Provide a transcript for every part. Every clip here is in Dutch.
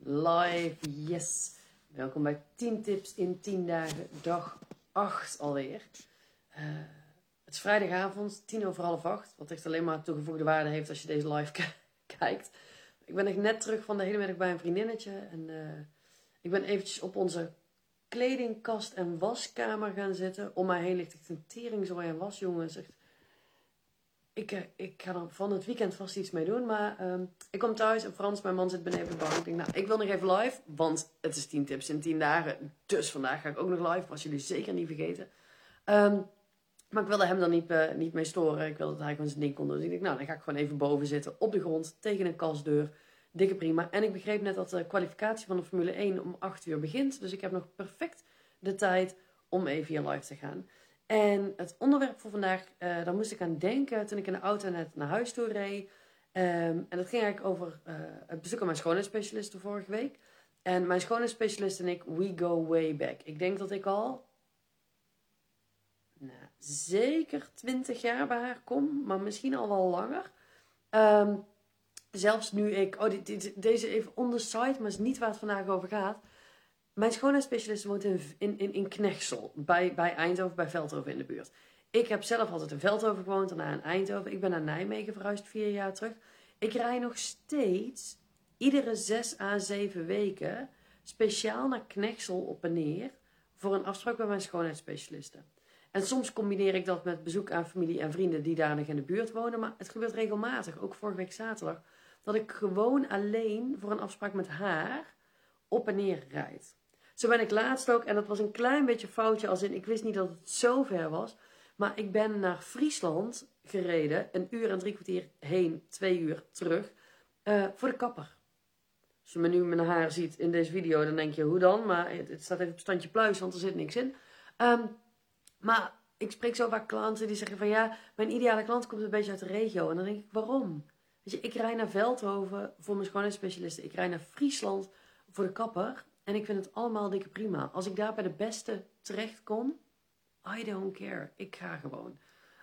Live, yes. Welkom bij 10 tips in 10 dagen, dag 8 alweer. Het is vrijdagavond, 7:45, wat echt alleen maar toegevoegde waarde heeft als je deze live kijkt. Ik ben echt net terug van de hele middag bij een vriendinnetje en ik ben eventjes op onze kledingkast en waskamer gaan zitten. Om mij heen ligt echt een teringzooi en was, jongens. Echt. Ik ga er van het weekend vast iets mee doen. Maar ik kom thuis en Frans, mijn man, zit beneden op de bank. Ik denk, nou, ik wil nog even live. Want het is 10 tips in 10 dagen. Dus vandaag ga ik ook nog live. Was jullie zeker niet vergeten. Maar ik wilde hem dan niet mee storen. Ik wilde dat hij gewoon zijn ding kon doen. Dus ik denk, nou, dan ga ik gewoon even boven zitten. Op de grond, tegen een kastdeur. Dikke prima. En ik begreep net dat de kwalificatie van de Formule 1 om 8 uur begint. Dus ik heb nog perfect de tijd om even hier live te gaan. En het onderwerp voor vandaag, daar moest ik aan denken toen ik in de auto net naar huis toe reed. En dat ging eigenlijk over het bezoek aan mijn schoonheidsspecialiste vorige week. En mijn schoonheidsspecialist en ik, we go way back. Ik denk dat ik al zeker 20 jaar bij haar kom, maar misschien al wel langer. Zelfs nu ik, deze even on the side, maar is niet waar het vandaag over gaat. Mijn schoonheidsspecialist woont in Knechtsel, bij Eindhoven, bij Veldhoven in de buurt. Ik heb zelf altijd in Veldhoven gewoond, daarna in Eindhoven. Ik ben naar Nijmegen verhuisd 4 jaar terug. Ik rij nog steeds iedere 6 à 7 weken speciaal naar Knechtsel op en neer voor een afspraak bij mijn schoonheidsspecialiste. En soms combineer ik dat met bezoek aan familie en vrienden die daar nog in de buurt wonen. Maar het gebeurt regelmatig, ook vorige week zaterdag, dat ik gewoon alleen voor een afspraak met haar op en neer rijd. Zo ben ik laatst ook, en dat was een klein beetje foutje, als in ik wist niet dat het zo ver was. Maar ik ben naar Friesland gereden, 1 uur en 3 kwartier heen, 2 uur terug, voor de kapper. Als je me nu mijn haar ziet in deze video, dan denk je, hoe dan? Maar het staat even op standje pluis, want er zit niks in. Maar ik spreek zo vaak klanten die zeggen van ja, mijn ideale klant komt een beetje uit de regio. En dan denk ik, waarom? Weet je, ik rij naar Veldhoven voor mijn schoonheidsspecialisten. Ik rij naar Friesland voor de kapper. En ik vind het allemaal dikke prima. Als ik daar bij de beste terecht kom, I don't care. Ik ga gewoon.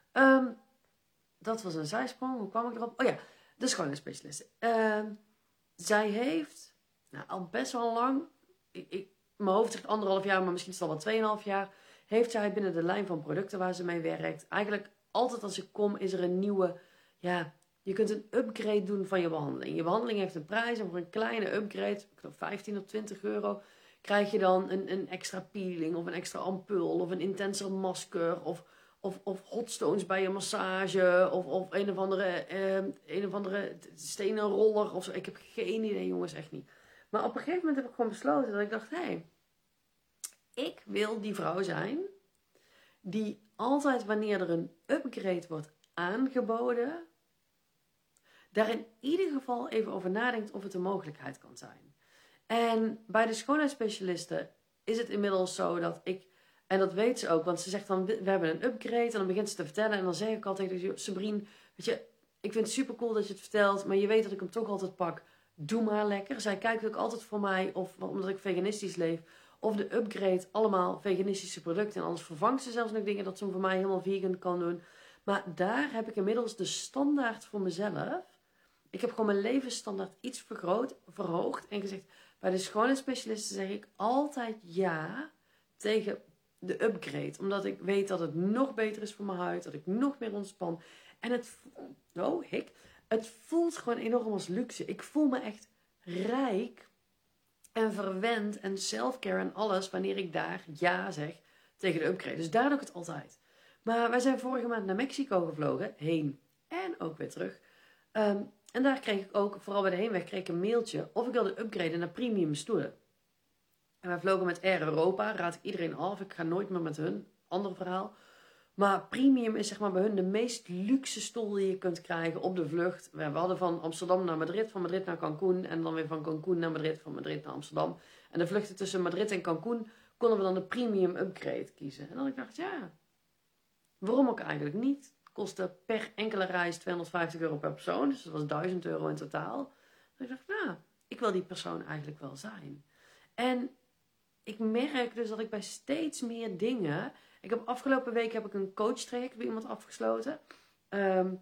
Dat was een zijsprong. Hoe kwam ik erop? Oh ja, de schoonheidsspecialiste. Zij heeft al best wel lang, mijn hoofd zegt 1,5 jaar, maar misschien is het al wel 2,5 jaar, heeft zij binnen de lijn van producten waar ze mee werkt. Eigenlijk altijd als ik kom is er een nieuwe, je kunt een upgrade doen van je behandeling. Je behandeling heeft een prijs en voor een kleine upgrade, 15 of 20 euro, krijg je dan een extra peeling of een extra ampul of een intenser masker of hotstones bij je massage of een of andere stenen roller of zo. Ik heb geen idee, jongens, echt niet. Maar op een gegeven moment heb ik gewoon besloten dat ik dacht, ik wil die vrouw zijn die altijd wanneer er een upgrade wordt aangeboden, daar in ieder geval even over nadenkt of het een mogelijkheid kan zijn. En bij de schoonheidsspecialisten is het inmiddels zo dat ik, en dat weet ze ook, want ze zegt dan, we hebben een upgrade, en dan begint ze te vertellen, en dan zeg ik altijd tegen Sabrine, weet je, ik vind het super cool dat je het vertelt, maar je weet dat ik hem toch altijd pak. Doe maar lekker. Zij kijkt ook altijd voor mij, of omdat ik veganistisch leef, of de upgrade allemaal veganistische producten. En anders vervangt ze zelfs nog dingen dat ze voor mij helemaal vegan kan doen. Maar daar heb ik inmiddels de standaard voor mezelf. Ik heb gewoon mijn levensstandaard iets verhoogd en gezegd, bij de schoonheidsspecialisten zeg ik altijd ja tegen de upgrade. Omdat ik weet dat het nog beter is voor mijn huid, dat ik nog meer ontspan. En het voelt gewoon enorm als luxe. Ik voel me echt rijk en verwend en selfcare en alles wanneer ik daar ja zeg tegen de upgrade. Dus daar doe ik het altijd. Maar wij zijn vorige maand naar Mexico gevlogen, heen en ook weer terug. En daar kreeg ik ook, vooral bij de heenweg, kreeg ik een mailtje of ik wilde upgraden naar premium stoelen. En wij vlogen met Air Europa, raad ik iedereen af. Ik ga nooit meer met hun, ander verhaal. Maar premium is zeg maar bij hun de meest luxe stoel die je kunt krijgen op de vlucht. We hadden van Amsterdam naar Madrid, van Madrid naar Cancún en dan weer van Cancún naar Madrid, van Madrid naar Amsterdam. En de vluchten tussen Madrid en Cancún konden we dan de premium upgrade kiezen. En dan dacht ik, waarom ook eigenlijk niet? Het kostte per enkele reis 250 euro per persoon, dus dat was 1000 euro in totaal. En ik dacht, ik wil die persoon eigenlijk wel zijn. En ik merk dus dat ik bij steeds meer dingen. Afgelopen week heb ik een coachtraject bij iemand afgesloten.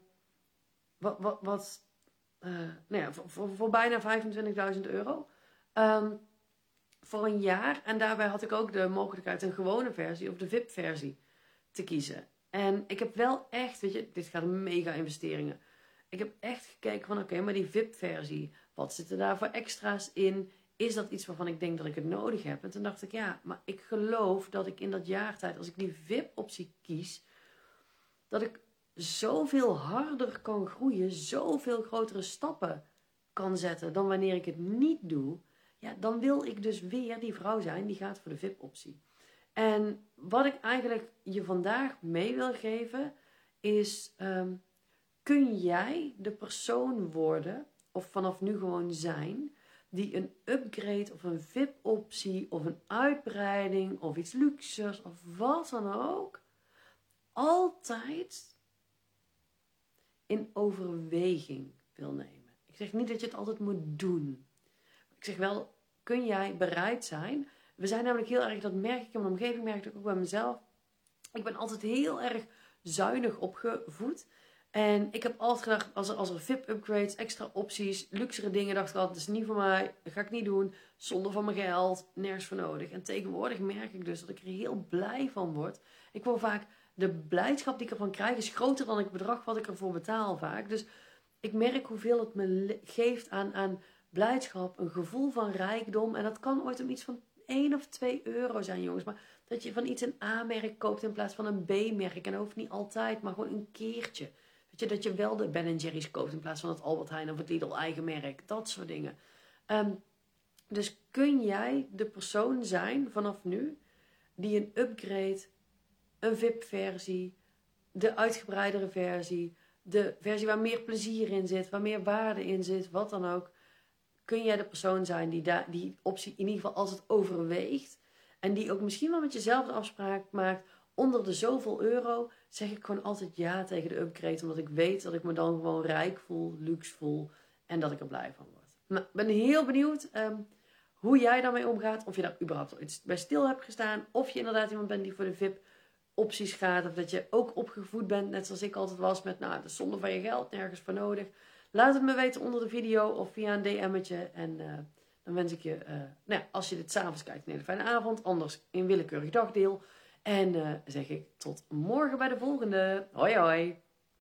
Voor bijna 25.000 euro. voor een jaar. En daarbij had ik ook de mogelijkheid een gewone versie of de VIP-versie te kiezen. En ik heb wel echt, weet je, dit gaat om mega investeringen. Ik heb echt gekeken van oké, maar die VIP-versie, wat zitten daar voor extra's in? Is dat iets waarvan ik denk dat ik het nodig heb? En toen dacht ik, ja, maar ik geloof dat ik in dat jaartijd, als ik die VIP-optie kies, dat ik zoveel harder kan groeien, zoveel grotere stappen kan zetten dan wanneer ik het niet doe. Ja, dan wil ik dus weer die vrouw zijn die gaat voor de VIP-optie. En wat ik eigenlijk je vandaag mee wil geven is, kun jij de persoon worden, of vanaf nu gewoon zijn, die een upgrade of een VIP-optie of een uitbreiding of iets luxes of wat dan ook, altijd in overweging wil nemen. Ik zeg niet dat je het altijd moet doen. Ik zeg wel, kun jij bereid zijn? We zijn namelijk heel erg, dat merk ik in mijn omgeving, merk ik ook bij mezelf. Ik ben altijd heel erg zuinig opgevoed. En ik heb altijd gedacht, als er VIP-upgrades, extra opties, luxere dingen, dacht ik altijd, dat is niet voor mij, dat ga ik niet doen, zonder van mijn geld, nergens voor nodig. En tegenwoordig merk ik dus dat ik er heel blij van word. Ik word vaak, de blijdschap die ik ervan krijg is groter dan het bedrag wat ik ervoor betaal vaak. Dus ik merk hoeveel het me geeft aan blijdschap, een gevoel van rijkdom. En dat kan ooit om iets van 1 of 2 euro zijn, jongens. Maar dat je van iets een A-merk koopt in plaats van een B-merk. En dat hoeft niet altijd, maar gewoon een keertje. Weet je, dat je wel de Ben Jerry's koopt in plaats van het Albert Heijn of het Lidl eigen merk. Dat soort dingen. Dus kun jij de persoon zijn vanaf nu die een upgrade, een VIP-versie, de uitgebreidere versie, de versie waar meer plezier in zit, waar meer waarde in zit, wat dan ook. Kun jij de persoon zijn die optie in ieder geval als het overweegt. En die ook misschien wel met jezelf de afspraak maakt. Onder de zoveel euro zeg ik gewoon altijd ja tegen de upgrade. Omdat ik weet dat ik me dan gewoon rijk voel, luxe voel. En dat ik er blij van word. Nou, ik ben heel benieuwd hoe jij daarmee omgaat. Of je daar überhaupt al iets bij stil hebt gestaan. Of je inderdaad iemand bent die voor de VIP opties gaat. Of dat je ook opgevoed bent, net zoals ik altijd was. Met de zonde van je geld, nergens voor nodig. Laat het me weten onder de video of via een DM'tje. En dan wens ik je, als je dit s'avonds kijkt, een hele fijne avond. Anders een willekeurig dagdeel. En zeg ik tot morgen bij de volgende. Hoi hoi.